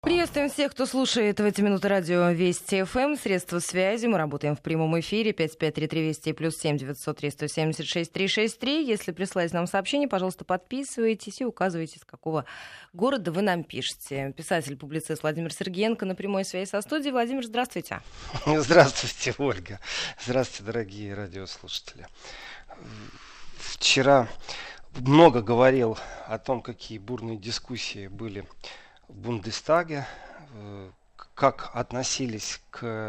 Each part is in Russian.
Приветствуем всех, кто слушает в эти минуты радио Вести ФМ, средства связи. Мы работаем в прямом эфире 5533 Вести и +7 903 176 363. Если прислать нам сообщение, пожалуйста, подписывайтесь и указывайте, с какого города вы нам пишете. Писатель-публицист Владимир Сергеенко на прямой связи со студией. Владимир, здравствуйте. Здравствуйте, Ольга. Здравствуйте, дорогие радиослушатели. Вчера много говорил о том, какие бурные дискуссии были в Бундестаге, как относились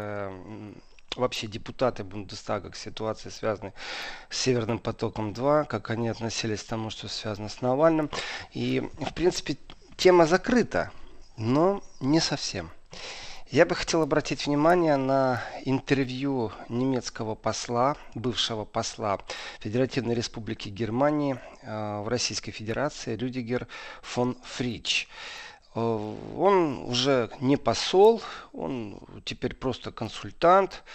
вообще депутаты Бундестага к ситуации, связанной с Северным потоком-2, как они относились к тому, что связано с Навальным. И, в принципе, тема закрыта, но не совсем. Я бы хотел обратить внимание на интервью немецкого посла, бывшего посла Федеративной Республики Германии в Российской Федерации Рюдигер фон Фрич. Он уже не посол, он теперь просто консультант.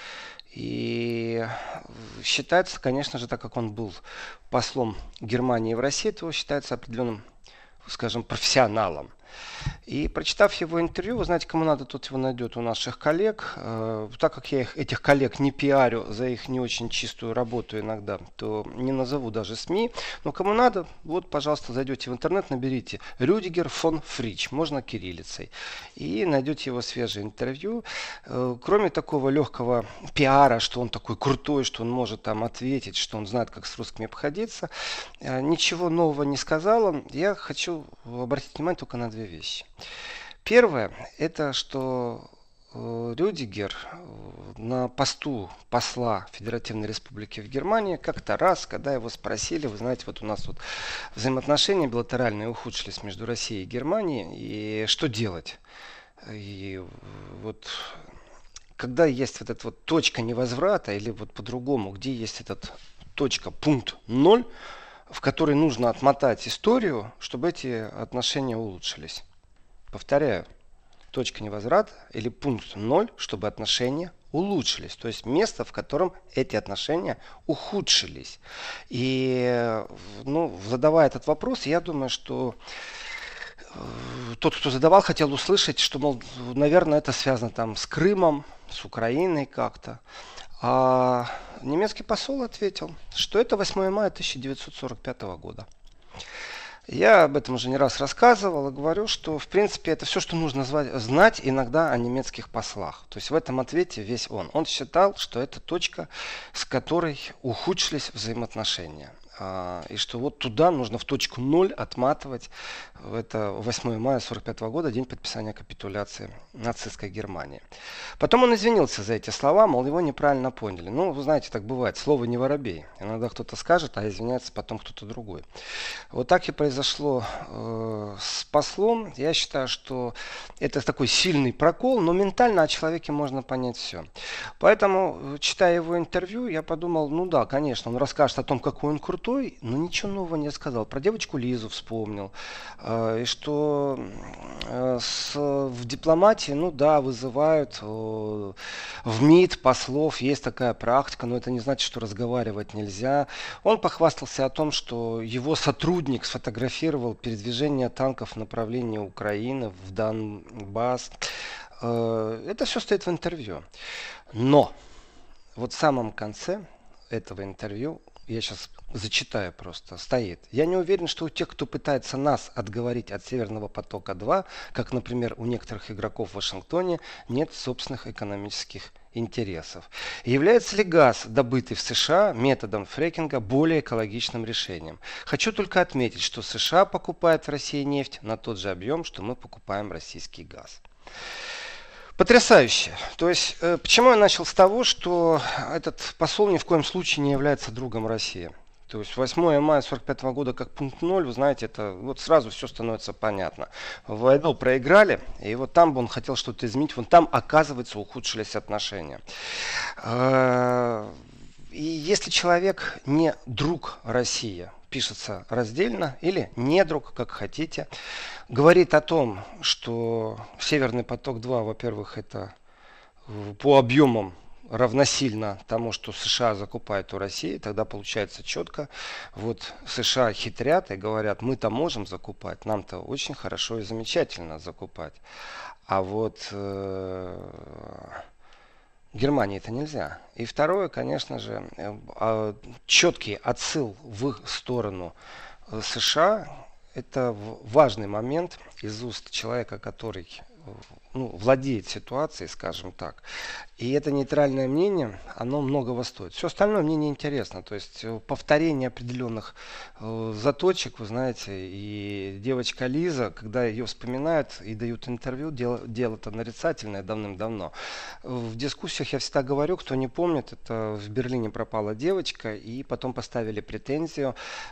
И считается, конечно же, так как он был послом Германии в России, то считается определенным, скажем, профессионалом. И прочитав его интервью, вы знаете, кому надо, тот его найдет у наших коллег. Так как я этих коллег не пиарю за их не очень чистую работу иногда, то не назову даже СМИ. Но кому надо, вот, пожалуйста, зайдете в интернет, наберите Рюдигер фон Фрич, можно кириллицей, и найдете его свежее интервью. Кроме такого легкого пиара, что он такой крутой, что он может там ответить, что он знает, как с русскими обходиться, ничего нового не сказал он. Я хочу обратить внимание только на две вещи. Первое, это что Рюдигер на посту посла Федеративной Республики в Германии как-то раз, когда его спросили, вы знаете, вот у нас вот взаимоотношения билатеральные ухудшились между Россией и Германией, и что делать? И вот когда есть вот эта вот точка невозврата, или вот по-другому, где есть этот точка, пункт 0, в который нужно отмотать историю, чтобы эти отношения улучшились. Повторяю, точка невозврата или пункт 0, чтобы отношения улучшились. То есть место, в котором эти отношения ухудшились. И задавая этот вопрос, я думаю, что тот, кто задавал, хотел услышать, что, мол, наверное, это связано там с Крымом, с Украиной как-то. А немецкий посол ответил, что это 8 мая 1945 года. Я об этом уже не раз рассказывал и говорю, что в принципе это все, что нужно знать иногда о немецких послах. То есть в этом ответе весь он. Он считал, что это точка, с которой ухудшились взаимоотношения. И что вот туда нужно в точку 0 отматывать. Это 8 мая 1945 года, день подписания капитуляции нацистской Германии. Потом он извинился за эти слова, мол, его неправильно поняли. Ну, вы знаете, так бывает. Слово не воробей. Иногда кто-то скажет, а извиняется потом кто-то другой. Вот так и произошло с послом. Я считаю, что это такой сильный прокол, но ментально о человеке можно понять все. Поэтому, читая его интервью, я подумал, ну да, конечно, он расскажет о том, какой он крутой, но ничего нового не сказал. Про девочку Лизу вспомнил. И что в дипломатии, ну да, вызывают в МИД послов, есть такая практика, но это не значит, что разговаривать нельзя. Он похвастался о том, что его сотрудник сфотографировал передвижение танков в направлении Украины, в Донбасс. Это все стоит в интервью. Но вот в самом конце этого интервью, я сейчас зачитаю просто, стоит. Я не уверен, что у тех, кто пытается нас отговорить от Северного потока-2, как, например, у некоторых игроков в Вашингтоне, нет собственных экономических интересов. Является ли газ, добытый в США методом фрекинга, более экологичным решением? Хочу только отметить, что США покупает в России нефть на тот же объем, что мы покупаем российский газ. Потрясающе. То есть, почему я начал с того, что этот посол ни в коем случае не является другом России. То есть 8 мая 1945 года как пункт 0, вы знаете, это вот сразу все становится понятно. Войну проиграли, и вот там бы он хотел что-то изменить, вон там, оказывается, ухудшились отношения. И если человек не друг России, пишется раздельно, или недруг, как хотите, говорит о том, что Северный поток-2, во-первых, это по объемам равносильно тому, что США закупают у России, тогда получается четко. Вот США хитрят и говорят, мы-то можем закупать, нам-то очень хорошо и замечательно закупать. А вот Германии это нельзя. И второе, конечно же, четкий отсыл в их сторону США. Это важный момент из уст человека, который владеет ситуацией, скажем так. И это нейтральное мнение, оно многого стоит. Все остальное мне не интересно. То есть повторение определенных заточек, вы знаете, и девочка Лиза, когда ее вспоминают и дают интервью, дело-то нарицательное давным-давно. В дискуссиях я всегда говорю, кто не помнит, это в Берлине пропала девочка, и потом поставили претензию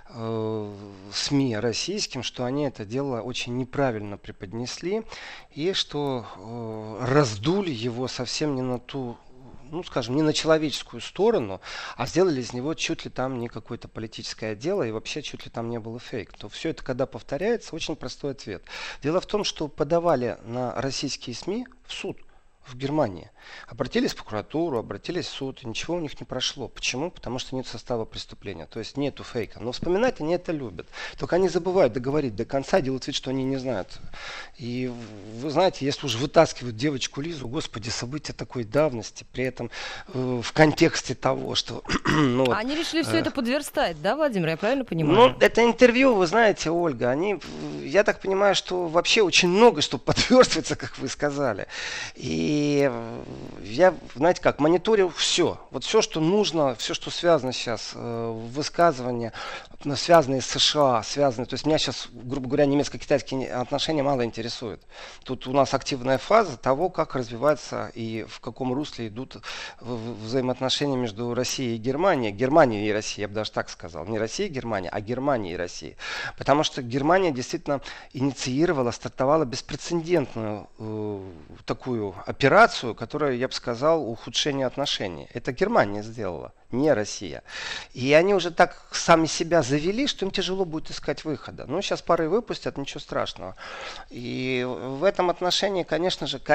СМИ российским, что они это дело очень неправильно преподнесли, и что раздули его совсем не на ту, скажем, не на человеческую сторону, а сделали из него чуть ли там не какое-то политическое дело, и вообще чуть ли там не было фейк. То все это, когда повторяется, очень простой ответ. Дело в том, что подавали на российские СМИ в суд в Германии. Обратились в прокуратуру, обратились в суд, и ничего у них не прошло. Почему? Потому что нет состава преступления, то есть нету фейка. Но вспоминать они это любят. Только они забывают договорить до конца, делают вид, что они не знают. И вы знаете, если уж вытаскивают девочку Лизу, господи, события такой давности, при этом в контексте того, что... Они решили все это подверстать, да, Владимир, я правильно понимаю? Это интервью, вы знаете, Ольга, я так понимаю, что вообще очень много что подверстывается, как вы сказали. И я, знаете как, мониторил все. Вот все, что нужно, все, что связано сейчас, высказывания, связанные с США, связанные... То есть меня сейчас, грубо говоря, немецко-китайские отношения мало интересуют. Тут у нас активная фаза того, как развивается и в каком русле идут взаимоотношения между Россией и Германией. Германией и Россией, я бы даже так сказал. Не Россия и Германия, а Германия и Россия. Потому что Германия действительно инициировала, стартовала беспрецедентную такую операцию, которая, я бы сказал, ухудшение отношений. Это Германия сделала, не Россия. И они уже так сами себя завели, что им тяжело будет искать выхода. Сейчас пары выпустят, ничего страшного. И в этом отношении, конечно же,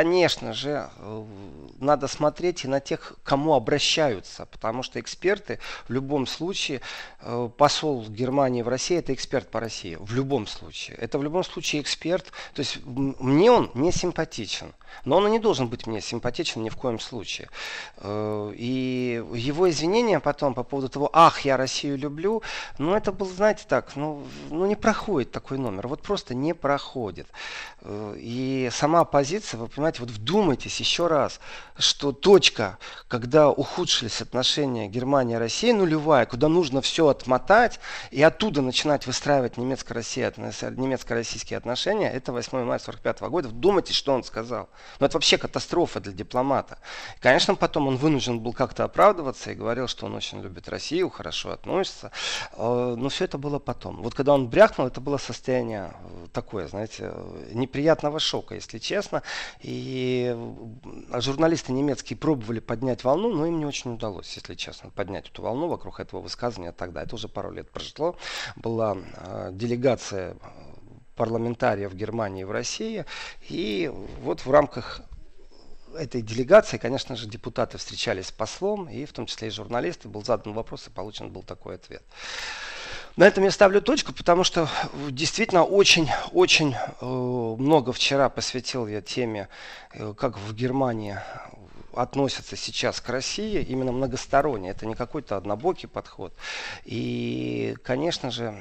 надо смотреть и на тех, к кому обращаются. Потому что эксперты в любом случае, посол Германии в России, это эксперт по России. В любом случае. Это в любом случае эксперт. То есть мне он не симпатичен. Но он и не должен быть мне симпатичен ни в коем случае. И его извинения потом по поводу того, я Россию люблю, это был, знаете, так, не проходит такой номер. Вот просто не проходит. И сама оппозиция, вы понимаете, вот вдумайтесь еще раз, что точка, когда ухудшились отношения Германия-Россия, нулевая, куда нужно все отмотать и оттуда начинать выстраивать немецко-российские отношения, это 8 мая 1945 года. Вдумайтесь, что он сказал. Это вообще катастрофа для дипломата. Конечно, потом он вынужден был как-то оправдываться и говорил, что он очень любит Россию, хорошо относится. Но все это было потом. Вот когда он брякнул, это было состояние такое, знаете, неприятного шока, если честно. И журналисты немецкие пробовали поднять волну, но им не очень удалось, если честно, поднять эту волну вокруг этого высказывания тогда. Это уже пару лет прошло. Была делегация парламентариев в Германии и в России. И вот в рамках этой делегации, конечно же, депутаты встречались с послом, и в том числе и журналисты. Был задан вопрос, и получен был такой ответ. На этом я ставлю точку, потому что действительно очень много вчера посвятил я теме, как в Германии относятся сейчас к России, именно многосторонне. Это не какой-то однобокий подход. И, конечно же,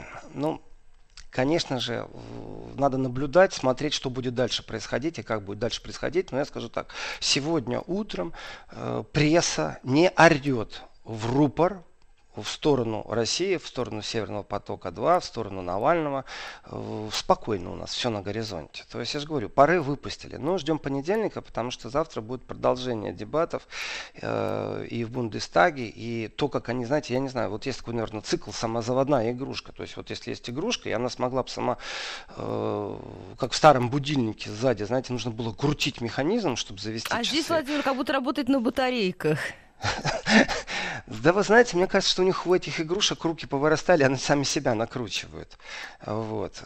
надо наблюдать, смотреть, что будет дальше происходить и как будет дальше происходить. Но я скажу так, сегодня утром пресса не орет в рупор в сторону России, в сторону Северного потока-2, в сторону Навального. Спокойно у нас все на горизонте. То есть, я же говорю, пары выпустили. Но ждем понедельника, потому что завтра будет продолжение дебатов и в Бундестаге. И то, как они, знаете, я не знаю, вот есть такой, наверное, цикл «самозаводная игрушка». То есть, вот если есть игрушка, и она смогла бы сама, как в старом будильнике сзади, знаете, нужно было крутить механизм, чтобы завести часы. Здесь, Владимир, как будто работает на батарейках. Да вы знаете, мне кажется, что у них у этих игрушек руки повырастали, они сами себя накручивают. Вот.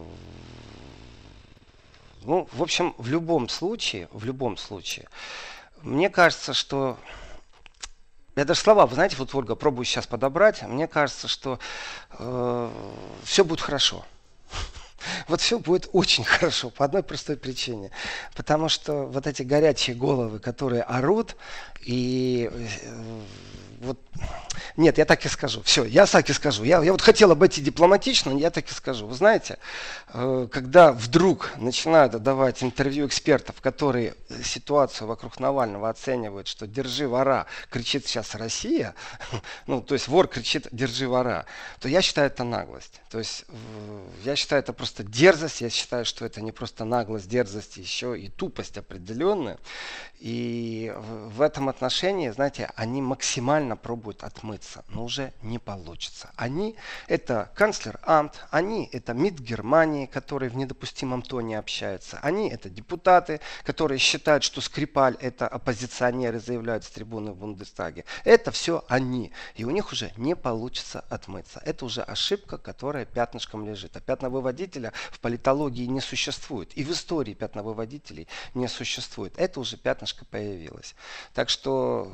В общем, в любом случае, Мне кажется, что... Я даже слова, вы знаете, вот, Ольга, пробую сейчас подобрать. Мне кажется, что все будет хорошо. Вот все будет очень хорошо по одной простой причине. Потому что вот эти горячие головы, которые орут, и вот... Нет, я так и скажу. Все, я так и скажу. Я вот хотел обойти дипломатично, но я так и скажу. Вы знаете, когда вдруг начинают давать интервью экспертов, которые ситуацию вокруг Навального оценивают, что «держи вора», кричит сейчас Россия, ну, то есть вор кричит «держи вора», то я считаю это наглость. То есть я считаю это просто дерзость, я считаю, что это не просто наглость, дерзость, еще и тупость определенная. И в этом отношении, знаете, они максимально пробуют отмыться, но уже не получится. Они это канцлер Амт, они это МИД Германии, который в недопустимом тоне общается, они это депутаты, которые считают, что Скрипаль это оппозиционеры, заявляют с трибуны в Бундестаге. Это все они. И у них уже не получится отмыться. Это уже ошибка, которая пятнышком лежит. А пятновыводителя в политологии не существует. И в истории пятновыводителей не существует. Это уже пятнышко появилось. Так что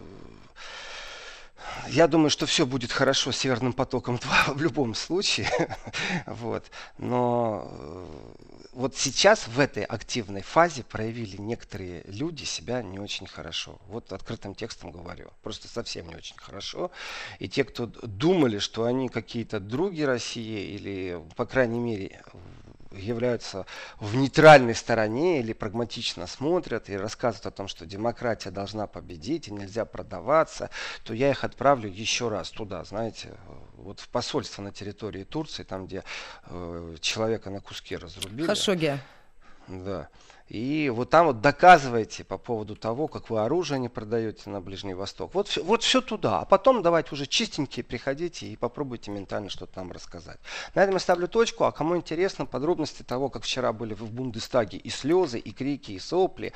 я думаю, что все будет хорошо с Северным потоком-2 в любом случае. Вот. Но вот сейчас в этой активной фазе проявили некоторые люди себя не очень хорошо. Вот открытым текстом говорю. Просто совсем не очень хорошо. И те, кто думали, что они какие-то други России или, по крайней мере, являются в нейтральной стороне или прагматично смотрят и рассказывают о том, что демократия должна победить и нельзя продаваться, то я их отправлю еще раз туда, знаете, вот в посольство на территории Турции, там, где человека на куски разрубили. Хашогги. Да. И вот там вот доказывайте по поводу того, как вы оружие не продаете на Ближний Восток. Вот все туда. А потом давайте уже чистенькие приходите и попробуйте ментально что-то нам рассказать. На этом я ставлю точку. А кому интересно подробности того, как вчера были в Бундестаге и слезы, и крики, и сопли,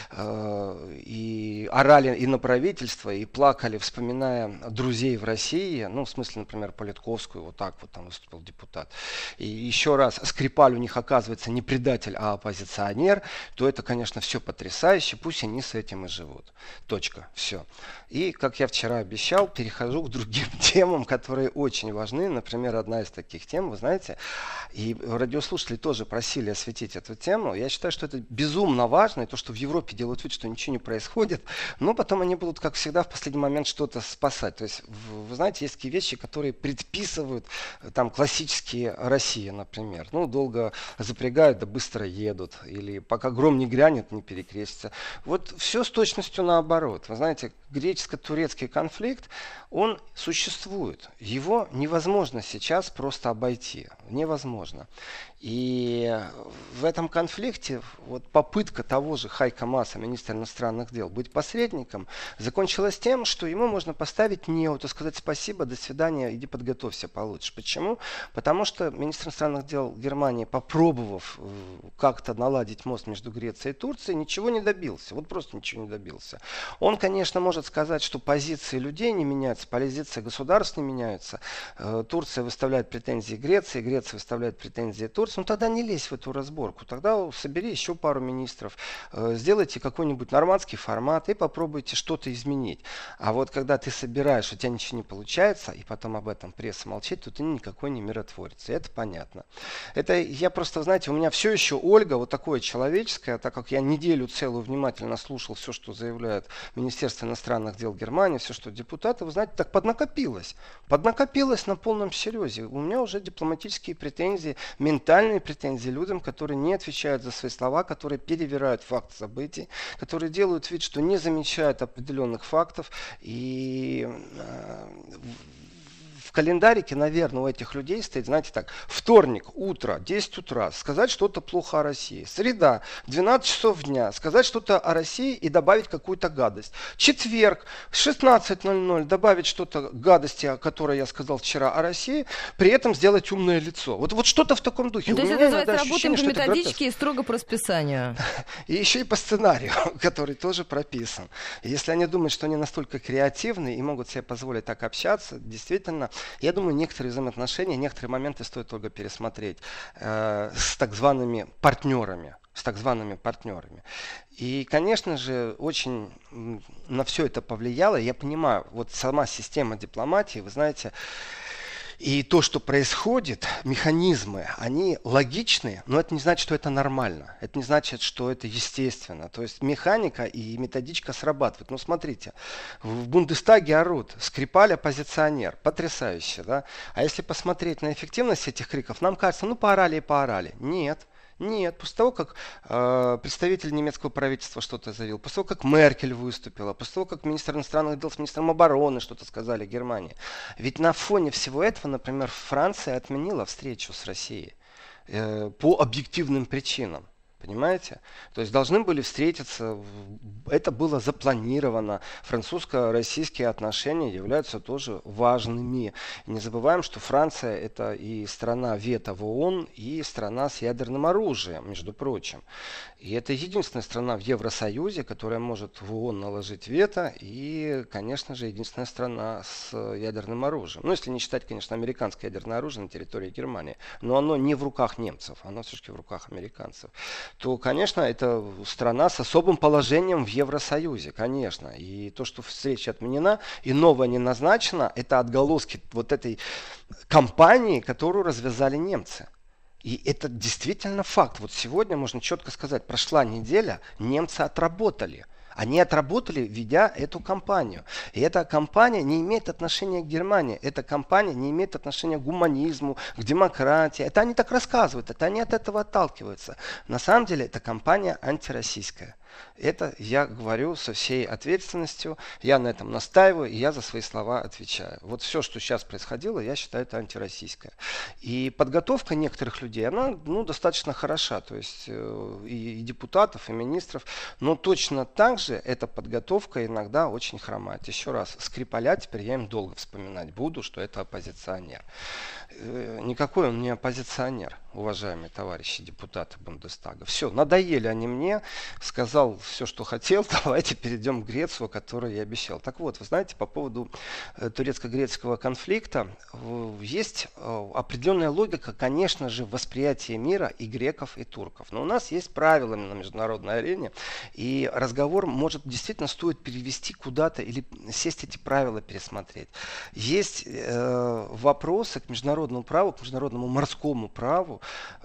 и орали и на правительство, и плакали, вспоминая друзей в России, ну, в смысле, например, Политковскую, вот так вот там выступил депутат. И еще раз, Скрипаль у них оказывается не предатель, а оппозиционер, то это, конечно, все потрясающе, пусть они с этим и живут. Точка. Все. И, как я вчера обещал, перехожу к другим темам, которые очень важны. Например, одна из таких тем, вы знаете, и радиослушатели тоже просили осветить эту тему. Я считаю, что это безумно важно, и то, что в Европе делают вид, что ничего не происходит, но потом они будут, как всегда, в последний момент что-то спасать. То есть, вы знаете, есть такие вещи, которые предписывают, там, классические России, например. Ну, долго запрягают, да быстро едут, или пока гром не грянет, не перекрестится. Вот все с точностью наоборот. Вы знаете, греческо-турецкий конфликт, он существует. Его невозможно сейчас просто обойти. Невозможно. И в этом конфликте вот попытка того же Хайка Мааса, министра иностранных дел, быть посредником, закончилась тем, что ему можно поставить неуд и сказать спасибо, до свидания, иди подготовься получше. Почему? Потому что министр иностранных дел Германии, попробовав как-то наладить мост между Грецией и Турцией, ничего не добился. Вот просто ничего не добился. Он, конечно, может сказать, что позиции людей не меняются, позиции государств не меняются. Турция выставляет претензии Греции, Греция выставляет претензии Турции. Ну тогда не лезь в эту разборку. Тогда собери еще пару министров, сделайте какой-нибудь нормандский формат и попробуйте что-то изменить. А вот когда ты собираешь, у тебя ничего не получается, и потом об этом пресса молчит, то ты никакой не миротворец. И это понятно. Это я просто, знаете, у меня все еще Ольга, вот такое человеческое, так как я неделю целую внимательно слушал все, что заявляет Министерство иностранных дел Германии, все, что депутаты, вы знаете, так поднакопилось. Поднакопилось на полном серьезе. У меня уже дипломатические претензии, ментальные претензии людям, которые не отвечают за свои слова, которые перевирают факт событий, которые делают вид, что не замечают определенных фактов. И в календарике, наверное, у этих людей стоит, знаете, так, вторник, утро, 10 утра, сказать что-то плохо о России. Среда, 12 часов дня, сказать что-то о России и добавить какую-то гадость. Четверг, 16:00, добавить что-то гадости, о которой я сказал вчера о России, при этом сделать умное лицо. Вот что-то в таком духе. Ну, то есть это называется работаем по методичке и строго по расписанию. И еще и по сценарию, который тоже прописан. И если они думают, что они настолько креативны и могут себе позволить так общаться, действительно, я думаю, некоторые взаимоотношения, некоторые моменты стоит только пересмотреть с так зваными партнерами. с так зваными партнерами. И, конечно же, очень на все это повлияло. Я понимаю, вот сама система дипломатии, вы знаете, и то, что происходит, механизмы, они логичны, но это не значит, что это нормально. Это не значит, что это естественно. То есть механика и методичка срабатывают. Ну, смотрите, в Бундестаге орут, Скрипаль оппозиционер. Потрясающе, да? А если посмотреть на эффективность этих криков, нам кажется, ну, поорали и поорали. Нет. Нет, после того, как представитель немецкого правительства что-то заявил, после того, как Меркель выступила, после того, как министр иностранных дел с министром обороны что-то сказали Германии. Ведь на фоне всего этого, например, Франция отменила встречу с Россией по объективным причинам. Понимаете? То есть должны были встретиться, это было запланировано. Французско-российские отношения являются тоже важными. И не забываем, что Франция это и страна вето в ООН, и страна с ядерным оружием, между прочим. И это единственная страна в Евросоюзе, которая может в ООН наложить вето, и, конечно же, единственная страна с ядерным оружием. Ну, если не считать, конечно, американское ядерное оружие на территории Германии. Но оно не в руках немцев, оно все-таки в руках американцев. То, конечно, это страна с особым положением в Евросоюзе, конечно. И то, что встреча отменена и новая не назначена, это отголоски вот этой кампании, которую развязали немцы. И это действительно факт. Вот сегодня можно четко сказать, прошла неделя, немцы отработали. Они отработали, ведя эту кампанию. И эта кампания не имеет отношения к Германии. Эта кампания не имеет отношения к гуманизму, к демократии. Это они так рассказывают, это они от этого отталкиваются. На самом деле эта кампания антироссийская. Это я говорю со всей ответственностью, я на этом настаиваю, и я за свои слова отвечаю. Вот все, что сейчас происходило, я считаю, это антироссийское. И подготовка некоторых людей, она достаточно хороша, то есть и депутатов, и министров, но точно так же эта подготовка иногда очень хромает. Еще раз, Скрипаля теперь я им долго вспоминать буду, что это оппозиционер. Никакой он не оппозиционер, уважаемые товарищи депутаты Бундестага. Все, надоели они мне, сказал все, что хотел, давайте перейдем к Грецию, которую я обещал. Так вот, вы знаете, по поводу турецко-греческого конфликта есть определенная логика, конечно же, восприятия мира и греков, и турков. Но у нас есть правила на международной арене, и разговор может действительно стоит перевести куда-то или сесть эти правила пересмотреть. Есть вопросы к международному праву, к международному морскому праву,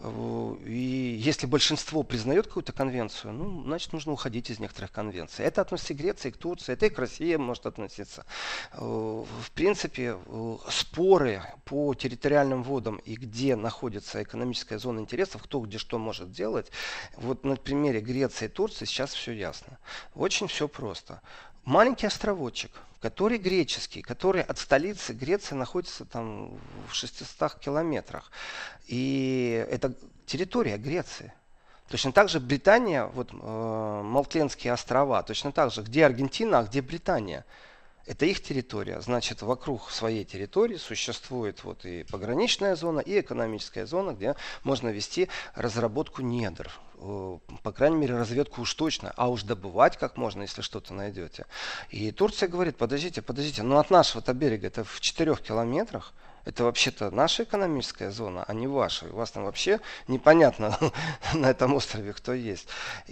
и если большинство признает какую-то конвенцию, значит, нужно уходить из некоторых конвенций. Это относится и к Греции, и к Турции, это и к России может относиться. В принципе, споры по территориальным водам и где находится экономическая зона интересов, кто где что может делать, вот на примере Греции и Турции сейчас все ясно. Очень все просто. Маленький островочек, который греческий, который от столицы Греции находится там в 600 километрах. И это территория Греции. Точно так же Британия, вот Малтенские острова, точно так же, где Аргентина, а где Британия. Это их территория. Значит, вокруг своей территории существует вот и пограничная зона, и экономическая зона, где можно вести разработку недр. По крайней мере, разведку уж точно. А уж добывать как можно, если что-то найдете. И Турция говорит, подождите, но от нашего-то берега это в 4 километрах. Это вообще-то наша экономическая зона, а не ваша. У вас там вообще непонятно на этом острове, кто есть.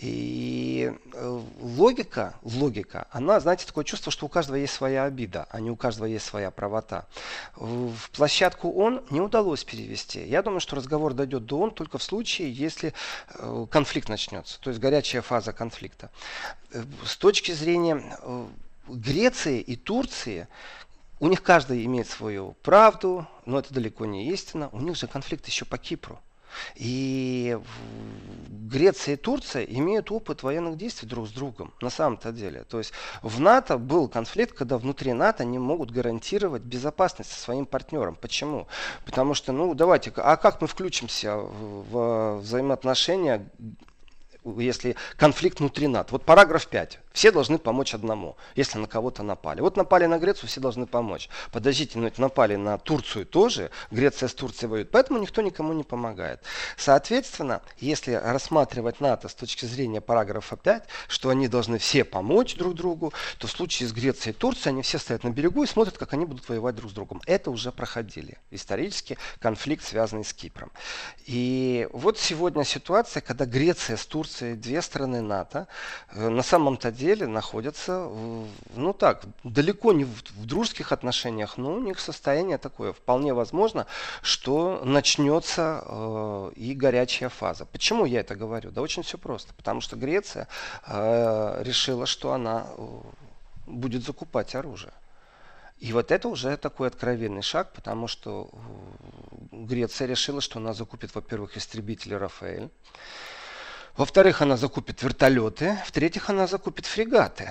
И логика, она, знаете, такое чувство, что у каждого есть своя обида, а не у каждого есть своя правота. В площадку ООН не удалось перевести. Я думаю, что разговор дойдет до ООН только в случае, если конфликт начнется, то есть горячая фаза конфликта. С точки зрения Греции и Турции, у них каждый имеет свою правду, но это далеко не истина. У них же конфликт еще по Кипру. И Греция и Турция имеют опыт военных действий друг с другом, на самом-то деле. То есть в НАТО был конфликт, когда внутри НАТО не могут гарантировать безопасность своим партнерам. Почему? Потому что, давайте, а как мы включимся в взаимоотношения если конфликт внутри НАТО. Вот параграф 5. Все должны помочь одному, если на кого-то напали. Вот напали на Грецию, все должны помочь. Подождите, но ведь напали на Турцию тоже. Греция с Турцией воюет. Поэтому никто никому не помогает. Соответственно, если рассматривать НАТО с точки зрения параграфа 5, что они должны все помочь друг другу, то в случае с Грецией и Турцией они все стоят на берегу и смотрят, как они будут воевать друг с другом. Это уже проходили. Исторически конфликт, связанный с Кипром. И вот сегодня ситуация, когда Греция с Турцией, две страны НАТО, на самом-то деле находятся, ну так, далеко не в дружеских отношениях, но у них состояние такое. Вполне возможно, что начнется и горячая фаза. Почему я это говорю? Да очень все просто. Потому что Греция решила, что она будет закупать оружие. И вот это уже такой откровенный шаг, потому что Греция решила, что она закупит, во-первых, истребители «Рафаэль», во-вторых, она закупит вертолеты, в-третьих, она закупит фрегаты.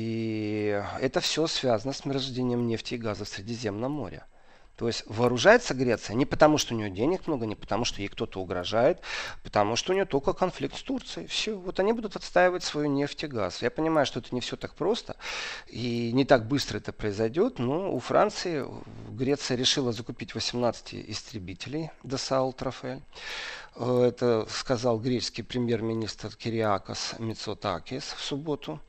И это все связано с месторождением нефти и газа в Средиземном море. То есть вооружается Греция не потому, что у нее денег много, не потому, что ей кто-то угрожает, потому что у нее только конфликт с Турцией. Все. Вот они будут отстаивать свою нефть и газ. Я понимаю, что это не все так просто и не так быстро это произойдет, но у Франции Греция решила закупить 18 истребителей Dassault Rafale. Это сказал греческий премьер-министр Кириакос Мицотакис в субботу.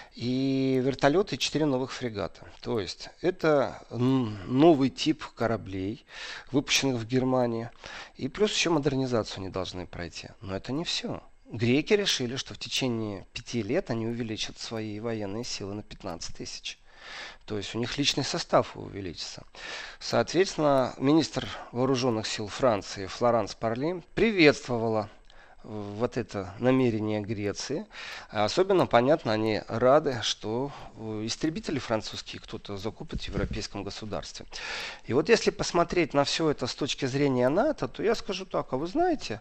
И вертолеты и 4 новых фрегата. То есть это новый тип кораблей, выпущенных в Германии. И плюс еще модернизацию они должны пройти. Но это не все. Греки решили, что в течение 5 лет они увеличат свои военные силы на 15 тысяч. То есть у них личный состав увеличится. Соответственно, министр вооруженных сил Франции Флоранс Парли приветствовала вот это намерение Греции. Особенно, понятно, они рады, что истребители французские кто-то закупит в европейском государстве. И вот если посмотреть на все это с точки зрения НАТО, то я скажу так, а вы знаете,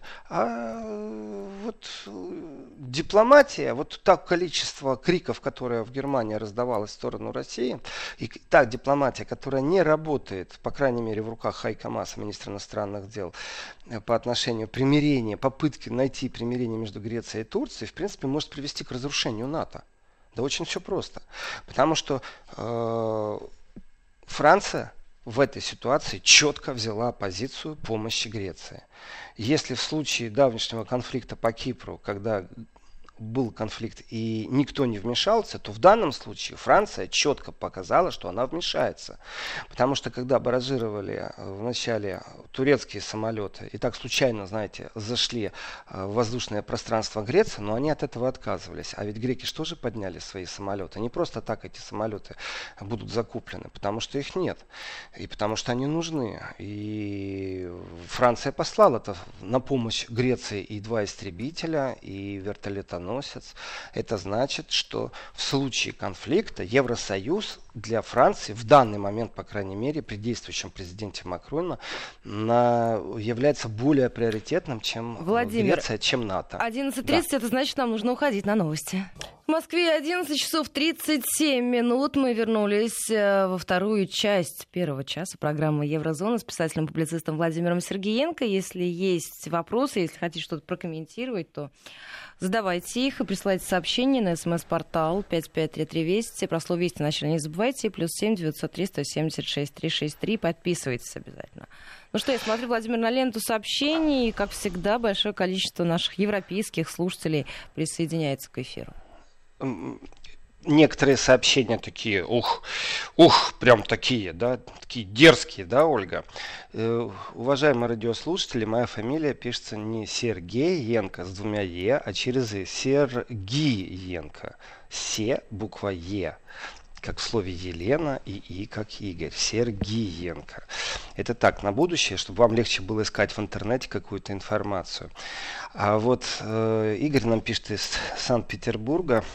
вот дипломатия, вот так количество криков, которое в Германии раздавалось в сторону России, и та дипломатия, которая не работает, по крайней мере, в руках Хайко Мааса, министра иностранных дел, по отношению примирения, попытки найти примирение между Грецией и Турцией, в принципе, может привести к разрушению НАТО. Да очень все просто. Потому что Франция в этой ситуации четко взяла позицию помощи Греции. Если в случае давнешнего конфликта по Кипру, когда был конфликт и никто не вмешался, то в данном случае Франция четко показала, что она вмешается. Потому что когда баражировали вначале турецкие самолеты и так случайно, знаете, зашли в воздушное пространство Греции, но они от этого отказывались. А ведь греки что же подняли свои самолеты? Не просто так эти самолеты будут закуплены, потому что их нет. И потому что они нужны. И Франция послала на помощь Греции и 2 истребителя, и вертолетоносец. Это значит, что в случае конфликта Евросоюз для Франции в данный момент, по крайней мере, при действующем президенте Макроне, является более приоритетным, чем Владимир, Греция, чем НАТО. 11:30, да. Это значит, нам нужно уходить на новости. В Москве 11 часов 37 минут. Мы вернулись во вторую часть первого часа программы «Еврозона» с писателем-публицистом Владимиром Сергеенко. Если есть вопросы, если хотите что-то прокомментировать, то задавайте их и присылайте сообщения на смс-портал 553320. Про слово «Вести» начали не забывайте. +7 903 176 363. Подписывайтесь обязательно. Ну что, я смотрю, Владимир, на ленту сообщений. И, как всегда, большое количество наших европейских слушателей присоединяется к эфиру. Некоторые сообщения такие, прям такие, да, такие дерзкие, да, Ольга. Уважаемые радиослушатели, моя фамилия пишется не Сергеенко с 2 Е, а через И. Сергиенко. Се, буква Е, как в слове Елена, и И, как Игорь. Сергиенко. Это так, на будущее, чтобы вам легче было искать в интернете какую-то информацию. А вот Игорь нам пишет из Санкт-Петербурга.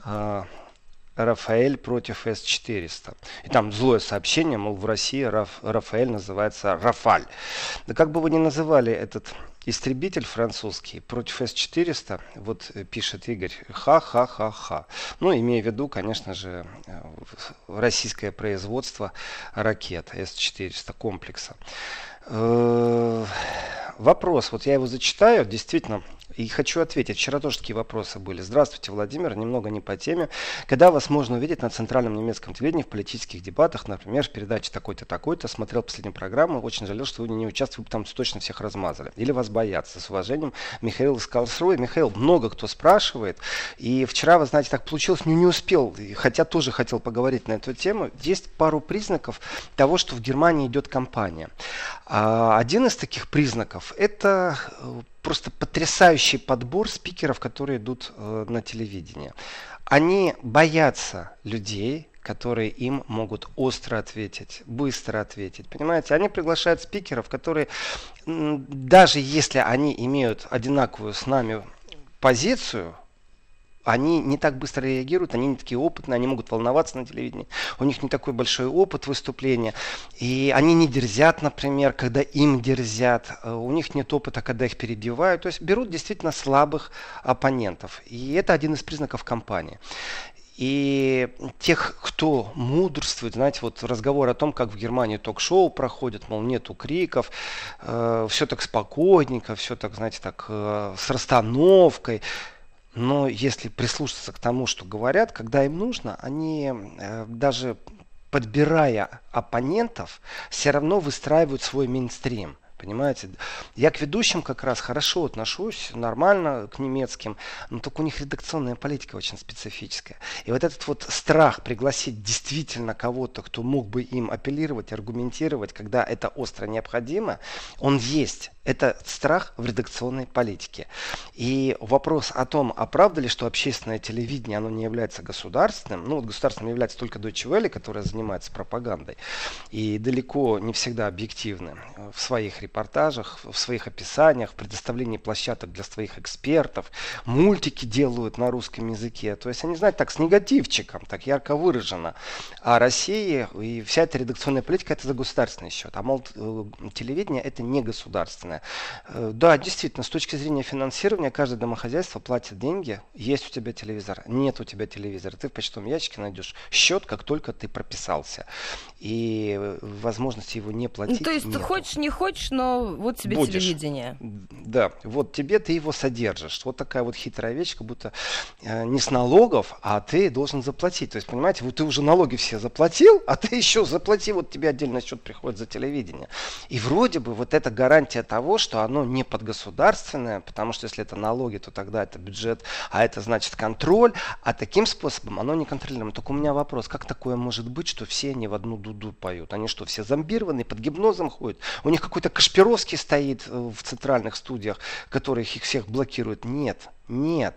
Рафаэль против С-400. И там злое сообщение, мол, в России Рафаэль называется Рафаль. Да как бы вы ни называли этот истребитель французский против С-400, вот пишет Игорь, ха-ха-ха-ха. Ну, имея в виду, конечно же, российское производство ракет С-400 комплекса. Вопрос, вот я его зачитаю, действительно, И хочу ответить. Вчера тоже такие вопросы были. Здравствуйте, Владимир. Немного не по теме. Когда вас можно увидеть на центральном немецком телевидении в политических дебатах, например, в передаче такой-то, такой-то, смотрел последнюю программу, очень жалел, что вы не участвовали, вы там точно всех размазали. Или вас боятся. С уважением, Михаил из Карлсруэ. Михаил, много кто спрашивает. И вчера, вы знаете, так получилось, не успел, хотя тоже хотел поговорить на эту тему. Есть пару признаков того, что в Германии идет кампания. Один из таких признаков – это просто потрясающий подбор спикеров, которые идут на телевидение. Они боятся людей, которые им могут остро ответить, быстро ответить. Понимаете, они приглашают спикеров, которые, даже если они имеют одинаковую с нами позицию, они не так быстро реагируют, они не такие опытные, они могут волноваться на телевидении, у них не такой большой опыт выступления, и они не дерзят, например, когда им дерзят, у них нет опыта, когда их перебивают, то есть берут действительно слабых оппонентов, и это один из признаков кампании. И тех, кто мудрствует, знаете, вот разговор о том, как в Германии ток-шоу проходят, мол, нету криков, все так спокойненько, все так, знаете, так с расстановкой. Но если прислушаться к тому, что говорят, когда им нужно, они даже подбирая оппонентов, все равно выстраивают свой мейнстрим. Понимаете, я к ведущим как раз хорошо отношусь, нормально к немецким, но только у них редакционная политика очень специфическая. И вот этот вот страх пригласить действительно кого-то, кто мог бы им апеллировать, аргументировать, когда это остро необходимо, он есть. Это страх в редакционной политике. И вопрос о том, а правда ли, что общественное телевидение, оно не является государственным, ну вот государственным является только Deutsche Welle, которая занимается пропагандой, и далеко не всегда объективны в своих репортажах, в своих описаниях, в предоставлении площадок для своих экспертов, мультики делают на русском языке, то есть они, знаете, так с негативчиком, так ярко выражено. А Россия и вся эта редакционная политика это за государственный счет, а мол, телевидение это не государственное. Да, действительно, с точки зрения финансирования, каждое домохозяйство платит деньги. Есть у тебя телевизор, нет у тебя телевизора. Ты в почтовом ящике найдешь счет, как только ты прописался. И возможности его не платить то есть нету. Ты хочешь, не хочешь, но вот тебе Будешь. телевидение. Да, вот тебе ты его содержишь. Вот такая вот хитрая вещь, как будто не с налогов, а ты должен заплатить. То есть, понимаете, вот ты уже налоги все заплатил, а ты еще заплати, вот тебе отдельно счет приходит за телевидение. И вроде бы вот эта гарантия того, что оно не подгосударственное, потому что если это налоги, то тогда это бюджет, а это значит контроль, а таким способом оно не контролируемо. Только у меня вопрос, как такое может быть, что все они в одну дуду поют? Они что, все зомбированные, под гипнозом ходят? У них какой-то Кашпировский стоит в центральных студиях, который их всех блокирует? Нет, нет.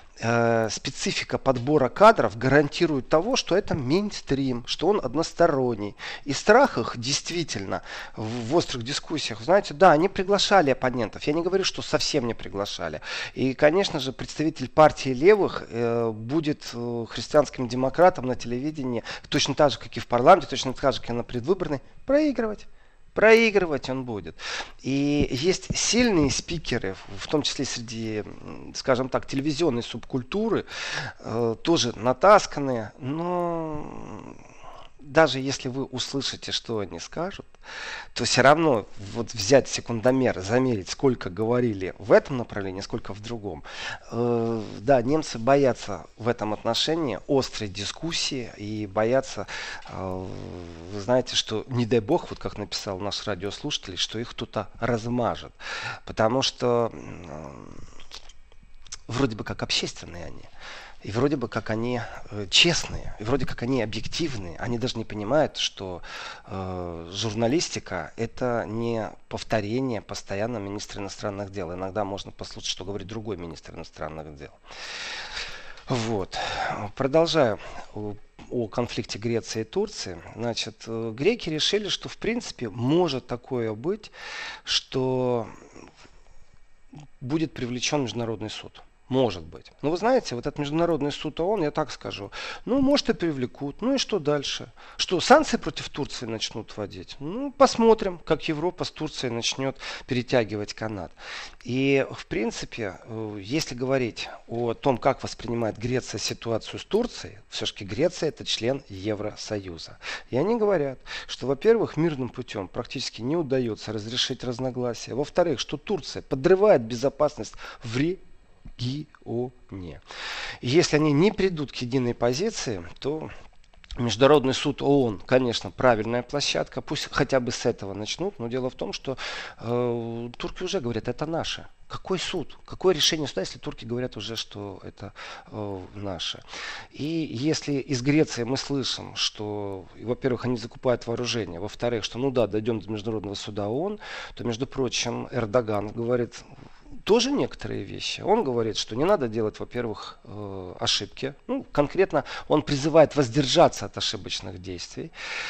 Специфика подбора кадров гарантирует того, что это мейнстрим, что он односторонний. И страх их действительно в острых дискуссиях, знаете, да, они приглашали оппонентов. Я не говорю, что совсем не приглашали. И, конечно же, представитель партии левых будет христианским демократом на телевидении, точно так же, как и в парламенте, точно так же, как и на предвыборной, проигрывать. Проигрывать он будет. И есть сильные спикеры, в том числе среди, скажем так, телевизионной субкультуры, тоже натасканные, но даже если вы услышите, что они скажут, то все равно вот взять секундомер, замерить, сколько говорили в этом направлении, сколько в другом. Да, немцы боятся в этом отношении острой дискуссии и боятся, вы знаете, что не дай бог, вот как написал наш радиослушатель, что их кто-то размажет. Потому что вроде бы как общественные они. И вроде бы как они честные, и вроде как они объективные. Они даже не понимают, что журналистика это не повторение постоянно министра иностранных дел. Иногда можно послушать, что говорит другой министр иностранных дел. Вот. Продолжаю о конфликте Греции и Турции. Значит, греки решили, что в принципе может такое быть, что будет привлечен международный суд. Может быть. Но вы знаете, вот этот Международный суд ООН, я так скажу, ну, может, и привлекут. Ну и что дальше? Что, санкции против Турции начнут вводить? Ну, посмотрим, как Европа с Турцией начнет перетягивать канат. И, в принципе, если говорить о том, как воспринимает Греция ситуацию с Турцией, все-таки Греция это член Евросоюза. И они говорят, что, во-первых, мирным путем практически не удается разрешить разногласия. Во-вторых, что Турция подрывает безопасность в регионе. И если они не придут к единой позиции, то Международный суд ООН, конечно, правильная площадка, пусть хотя бы с этого начнут, но дело в том, что турки уже говорят, это наше. Какой суд? Какое решение суда, если турки говорят уже, что это наше? И если из Греции мы слышим, что, во-первых, они закупают вооружение, во-вторых, что ну да, дойдем до Международного суда ООН, то, между прочим, Эрдоган говорит тоже некоторые вещи. Он говорит, что не надо делать, во-первых, ошибки. Ну, конкретно он призывает воздержаться от ошибочных действий.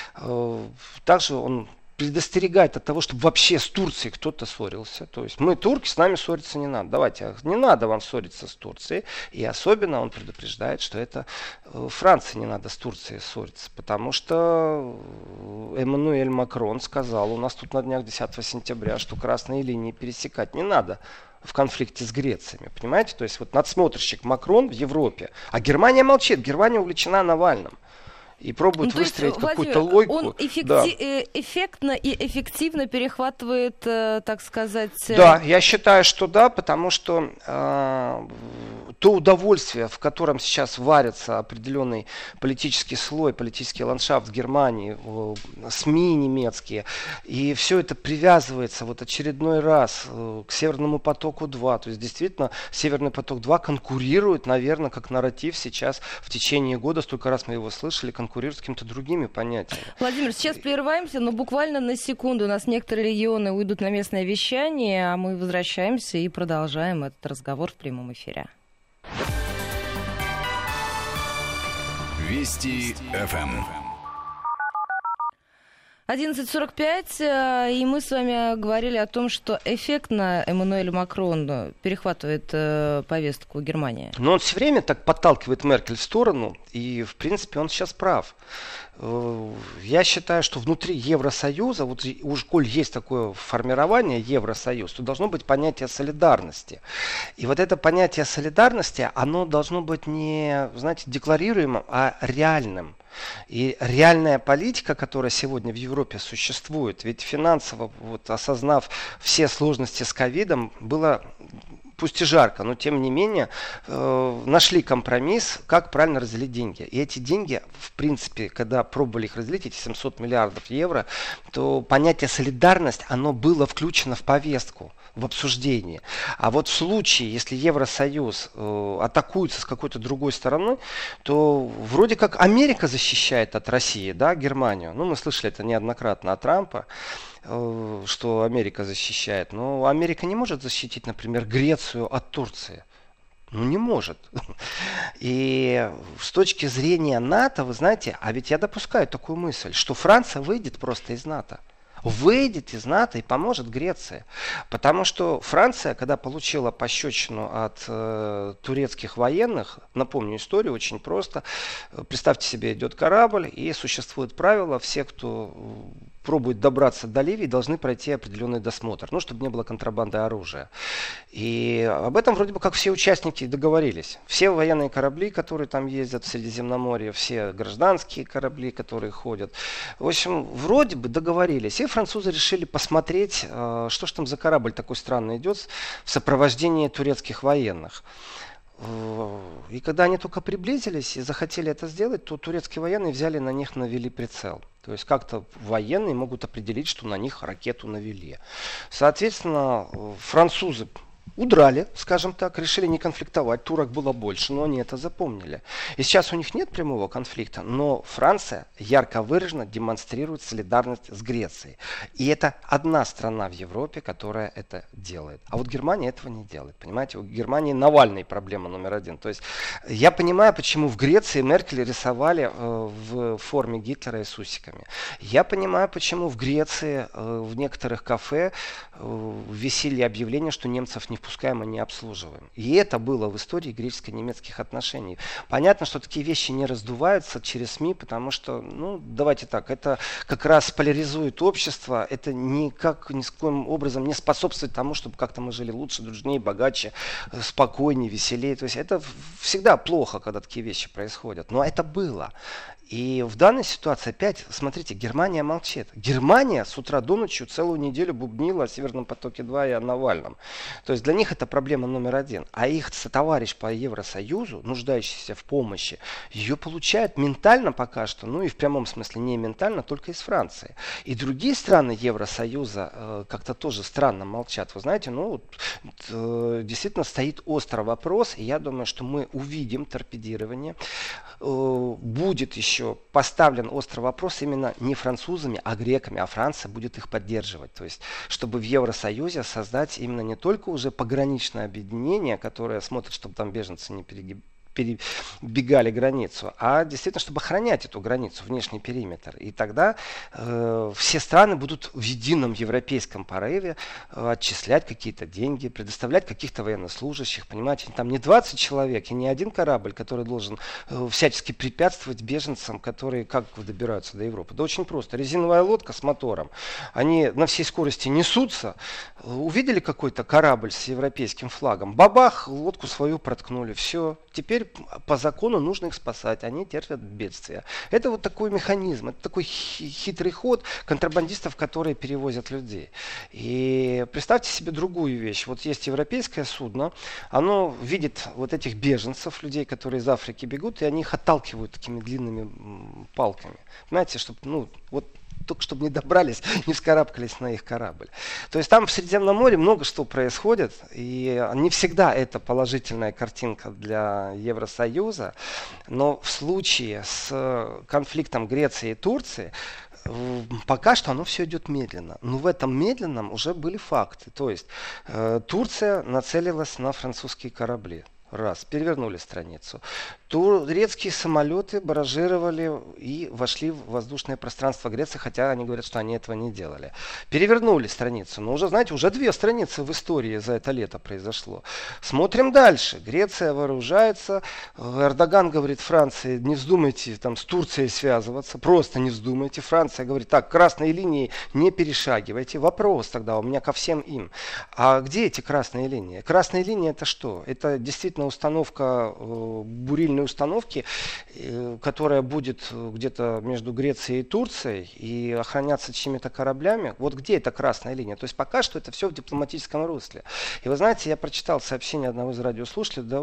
Также он предостерегает от того, чтобы вообще с Турцией кто-то ссорился. То есть мы турки, с нами ссориться не надо. Давайте, не надо вам ссориться с Турцией. И особенно он предупреждает, что это Франции не надо с Турцией ссориться. Потому что Эммануэль Макрон сказал, у нас тут на днях 10 сентября, что красные линии пересекать не надо в конфликте с Грециями, понимаете? То есть вот надсмотрщик Макрон в Европе, а Германия молчит, Германия увлечена Навальным. И пробует выстроить какую-то логику. Он эффектно и эффективно перехватывает, так сказать... Да, я считаю, что да, потому что то удовольствие, в котором сейчас варится определенный политический слой, политический ландшафт в Германии, СМИ немецкие, и все это привязывается вот очередной раз к Северному потоку-2. То есть действительно Северный поток-2 конкурирует, наверное, как нарратив сейчас в течение года, столько раз мы его слышали, конкурирует с какими-то другими понятиями. Владимир, сейчас прерываемся, но буквально на секунду. У нас некоторые регионы уйдут на местное вещание, а мы возвращаемся и продолжаем этот разговор в прямом эфире. Вести ФМ. 11:45, и мы с вами говорили о том, что эффектно Эммануэль Макрон перехватывает повестку Германии. Но он все время так подталкивает Меркель в сторону, и, в принципе, он сейчас прав. Я считаю, что внутри Евросоюза, вот уж коль есть такое формирование Евросоюз, то должно быть понятие солидарности. И вот это понятие солидарности, оно должно быть не, знаете, декларируемым, а реальным. И реальная политика, которая сегодня в Европе существует, ведь финансово, вот, осознав все сложности с ковидом, было пусть и жарко, но тем не менее нашли компромисс, как правильно разделить деньги. И эти деньги, в принципе, когда пробовали их разделить, эти 700 миллиардов евро, то понятие солидарность, оно было включено в повестку, в обсуждении. А вот в случае, если Евросоюз атакуется с какой-то другой стороны, то вроде как Америка защищает от России, да, Германию. Ну, мы слышали это неоднократно от Трампа, что Америка защищает. Но Америка не может защитить, например, Грецию от Турции. Ну, не может. И с точки зрения НАТО, вы знаете, а ведь я допускаю такую мысль, что Франция выйдет просто из НАТО. Выйдет из НАТО и поможет Греции. Потому что Франция, когда получила пощечину от турецких военных, напомню историю очень просто. Представьте себе, идет корабль, и существует правило, все, кто пробует добраться до Ливии, должны пройти определенный досмотр, ну, чтобы не было контрабанды оружия. И об этом вроде бы как все участники договорились. Все военные корабли, которые там ездят в Средиземноморье, все гражданские корабли, которые ходят. В общем, вроде бы договорились. И французы решили посмотреть, что ж там за корабль такой странный идет в сопровождении турецких военных. И когда они только приблизились и захотели это сделать, то турецкие военные взяли на них, навели прицел. То есть как-то военные могут определить, что на них ракету навели. Соответственно, французы удрали, скажем так, решили не конфликтовать. Турок было больше, но они это запомнили. И сейчас у них нет прямого конфликта, но Франция ярко выраженно демонстрирует солидарность с Грецией. И это одна страна в Европе, которая это делает. А вот Германия этого не делает. Понимаете, у Германии Навальный проблема номер один. То есть я понимаю, почему в Греции Меркель рисовали в форме Гитлера и с усиками. Я понимаю, почему в Греции в некоторых кафе висели объявления, что немцев не не впускаем и не обслуживаем. И это было в истории греческо-немецких отношений. Понятно, что такие вещи не раздуваются через СМИ, потому что, давайте так, это как раз поляризует общество, это ни с коим образом не способствует тому, чтобы как-то мы жили лучше, дружнее, богаче, спокойнее, веселее. То есть это всегда плохо, когда такие вещи происходят. Но это было. И в данной ситуации опять, смотрите, Германия молчит. Германия с утра до ночи целую неделю бубнила о Северном потоке-2 и о Навальном. То есть для них это проблема номер один. А их товарищ по Евросоюзу, нуждающийся в помощи, ее получает ментально пока что, и в прямом смысле не ментально, только из Франции. И другие страны Евросоюза как-то тоже странно молчат. Вы знаете, действительно стоит острый вопрос, и я думаю, что мы увидим торпедирование. Будет еще поставлен острый вопрос именно не французами, а греками, а Франция будет их поддерживать. То есть, чтобы в Евросоюзе создать именно не только уже пограничное объединение, которое смотрит, чтобы там беженцы не перебегали границу, а действительно, чтобы охранять эту границу, внешний периметр. И тогда все страны будут в едином европейском порыве отчислять какие-то деньги, предоставлять каких-то военнослужащих, понимаете, там не 20 человек и не один корабль, который должен всячески препятствовать беженцам, которые как добираются до Европы. Да очень просто. Резиновая лодка с мотором. Они на всей скорости несутся, увидели какой-то корабль с европейским флагом, бабах, лодку свою проткнули, все. Теперь по закону нужно их спасать, они терпят бедствия. Это вот такой механизм, это такой хитрый ход контрабандистов, которые перевозят людей. И представьте себе другую вещь. Вот есть европейское судно, оно видит вот этих беженцев, людей, которые из Африки бегут, и они их отталкивают такими длинными палками. Понимаете, чтобы, только чтобы не добрались, не вскарабкались на их корабль. То есть там в Средиземном море много что происходит, и не всегда это положительная картинка для Евросоюза, но в случае с конфликтом Греции и Турции пока что оно все идет медленно. Но в этом медленном уже были факты. То есть Турция нацелилась на французские корабли. Раз, перевернули страницу. Турецкие самолеты баражировали и вошли в воздушное пространство Греции, хотя они говорят, что они этого не делали. Перевернули страницу. Но уже, знаете, уже 2 страницы в истории за это лето произошло. Смотрим дальше. Греция вооружается. Эрдоган говорит Франции, не вздумайте там с Турцией связываться. Просто не вздумайте. Франция говорит, так, красные линии не перешагивайте. Вопрос тогда у меня ко всем им. А где эти красные линии? Красные линии это что? Это действительно установка бурильной установки, которая будет где-то между Грецией и Турцией и охраняться чьими-то кораблями. Вот где эта красная линия? То есть пока что это все в дипломатическом русле. И вы знаете, я прочитал сообщение одного из радиослушателей,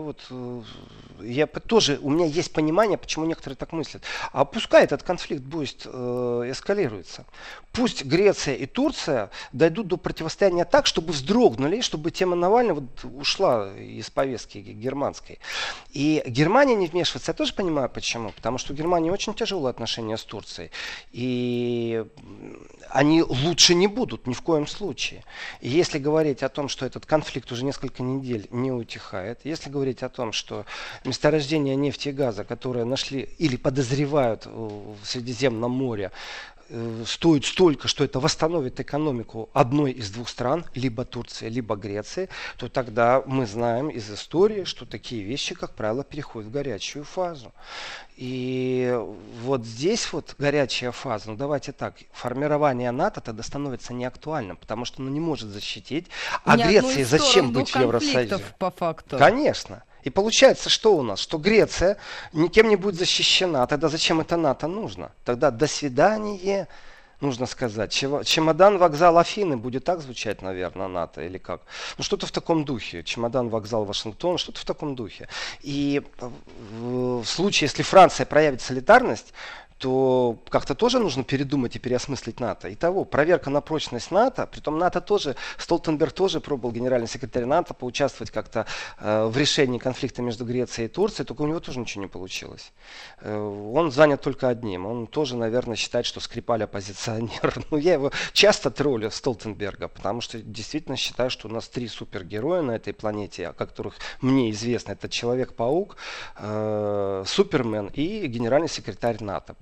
у меня есть понимание, почему некоторые так мыслят. А пускай этот конфликт будет эскалируется. Пусть Греция и Турция дойдут до противостояния так, чтобы вздрогнули, чтобы тема Навального ушла из повестки германской. И Германия не вмешивается. Я тоже понимаю, почему. Потому что у Германии очень тяжелые отношения с Турцией. И они лучше не будут ни в коем случае. И если говорить о том, что этот конфликт уже несколько недель не утихает, если говорить о том, что месторождения нефти и газа, которые нашли или подозревают в Средиземном море, стоит столько, что это восстановит экономику одной из 2 стран, либо Турции, либо Греции, то тогда мы знаем из истории, что такие вещи, как правило, переходят в горячую фазу. И вот здесь вот горячая фаза, давайте так, формирование НАТО тогда становится неактуальным, потому что оно не может защитить. А Греции зачем быть в Евросоюзе? По факту. Конечно. И получается, что у нас? Что Греция никем не будет защищена. Тогда зачем это НАТО нужно? Тогда до свидания, нужно сказать. Чемодан, вокзал, Афины. Будет так звучать, наверное, НАТО или как? Что-то в таком духе. Чемодан, вокзал, Вашингтон. Что-то в таком духе. И в случае, если Франция проявит солидарность, то как-то тоже нужно передумать и переосмыслить НАТО. Итого, проверка на прочность НАТО, притом НАТО тоже, Столтенберг тоже пробовал, генеральный секретарь НАТО, поучаствовать как-то в решении конфликта между Грецией и Турцией, только у него тоже ничего не получилось. Он занят только одним. Он тоже, наверное, считает, что Скрипаль оппозиционер. Но я его часто троллю, Столтенберга, потому что действительно считаю, что у нас 3 супергероя на этой планете, о которых мне известно. Это Человек-паук, Супермен и генеральный секретарь НАТО.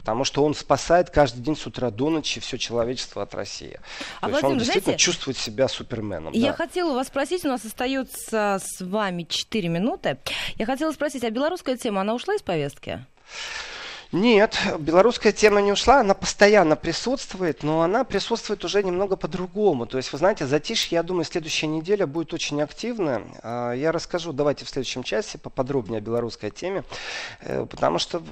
потому что он спасает каждый день с утра до ночи все человечество от России. То есть он действительно чувствует себя суперменом. Я хотела вас спросить, у нас остается с вами 4 минуты. Я хотела спросить, а белорусская тема, она ушла из повестки? Нет, белорусская тема не ушла, она постоянно присутствует, но она присутствует уже немного по-другому. То есть, вы знаете, затишье, я думаю, следующая неделя будет очень активная. Я расскажу, давайте в следующем часе поподробнее о белорусской теме, потому что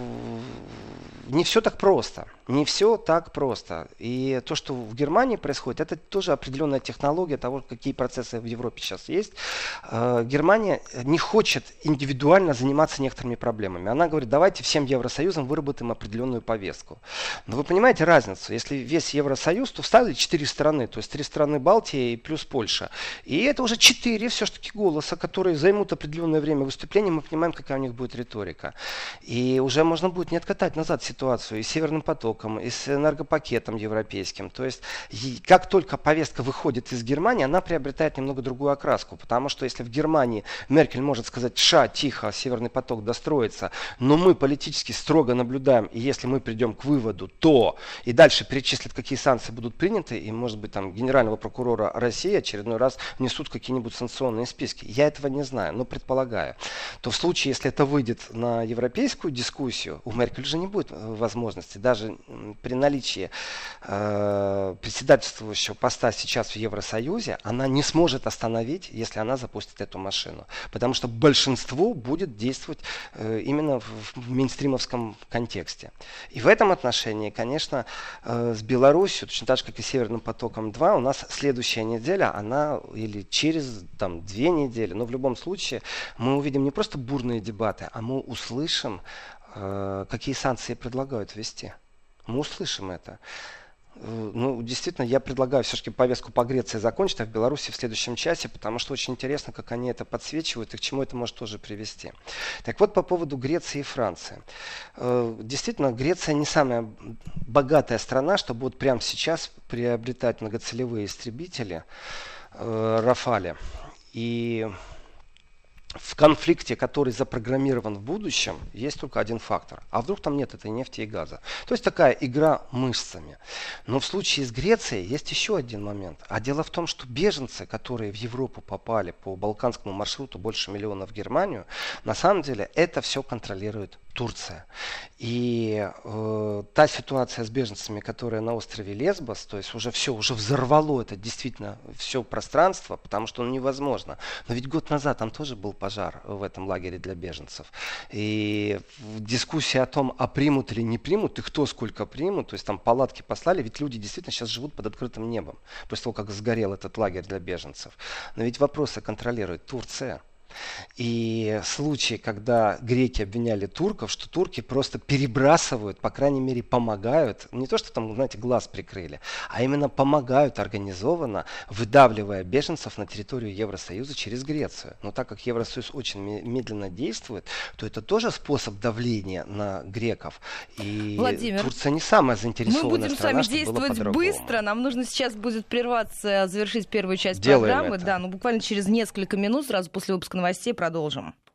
не все так просто. Не все так просто. И то, что в Германии происходит, это тоже определенная технология того, какие процессы в Европе сейчас есть. Германия не хочет индивидуально заниматься некоторыми проблемами. Она говорит, давайте всем Евросоюзом выработаем определенную повестку. Но вы понимаете разницу? Если весь Евросоюз, то вставили 4 страны, то есть 3 страны Балтии и плюс Польша. И это уже 4 все-таки голоса, которые займут определенное время выступления. Мы понимаем, какая у них будет риторика. И уже можно будет не откатать назад ситуацию и с Северным потоком, и с энергопакетом европейским. То есть как только повестка выходит из Германии, она приобретает немного другую окраску. Потому что если в Германии Меркель может сказать, тихо, Северный поток достроится, но мы политически строго наблюдаем, и если мы придем к выводу, то и дальше перечислят, какие санкции будут приняты, и, может быть, там генерального прокурора России очередной раз внесут какие-нибудь санкционные списки. Я этого не знаю, но предполагаю. То в случае, если это выйдет на европейскую дискуссию, у Меркель уже не будет возможности, даже при наличии председательствующего поста сейчас в Евросоюзе, она не сможет остановить, если она запустит эту машину. Потому что большинство будет действовать именно в мейнстримовском контексте. И в этом отношении, конечно, с Беларусью, точно так же, как и Северным потоком-2, у нас следующая неделя, она или через 2 недели, но в любом случае мы увидим не просто бурные дебаты, а мы услышим, какие санкции предлагают ввести. Мы услышим это. Действительно, я предлагаю все-таки повестку по Греции закончить, а в Беларуси в следующем часе, потому что очень интересно, как они это подсвечивают и к чему это может тоже привести. Так вот, по поводу Греции и Франции. Действительно, Греция не самая богатая страна, чтобы вот прямо сейчас приобретать многоцелевые истребители Рафали. И в конфликте, который запрограммирован в будущем, есть только один фактор. А вдруг там нет этой нефти и газа? То есть такая игра мышцами. Но в случае с Грецией есть еще один момент. А дело в том, что беженцы, которые в Европу попали по балканскому маршруту, больше миллиона в Германию, на самом деле это все контролирует Турция. И та ситуация с беженцами, которая на острове Лесбос, то есть уже взорвало это действительно все пространство, потому что невозможно. Но ведь год назад там тоже был пожар в этом лагере для беженцев. И дискуссия о том, примут или не примут, и кто сколько примут, то есть там палатки послали, ведь люди действительно сейчас живут под открытым небом, после того, как сгорел этот лагерь для беженцев. Но ведь вопросы контролирует Турция. И случаи, когда греки обвиняли турков, что турки просто перебрасывают, по крайней мере помогают, не то что там, знаете, глаз прикрыли, а именно помогают организованно, выдавливая беженцев на территорию Евросоюза через Грецию. Но так как Евросоюз очень медленно действует, то это тоже способ давления на греков. И Владимир, Турция не самая заинтересованная страна, мы будем с вами действовать быстро. Нам нужно сейчас будет прерваться, завершить первую часть Делаем программы. это. Да, буквально через несколько минут, сразу после выпуска новостей продолжим.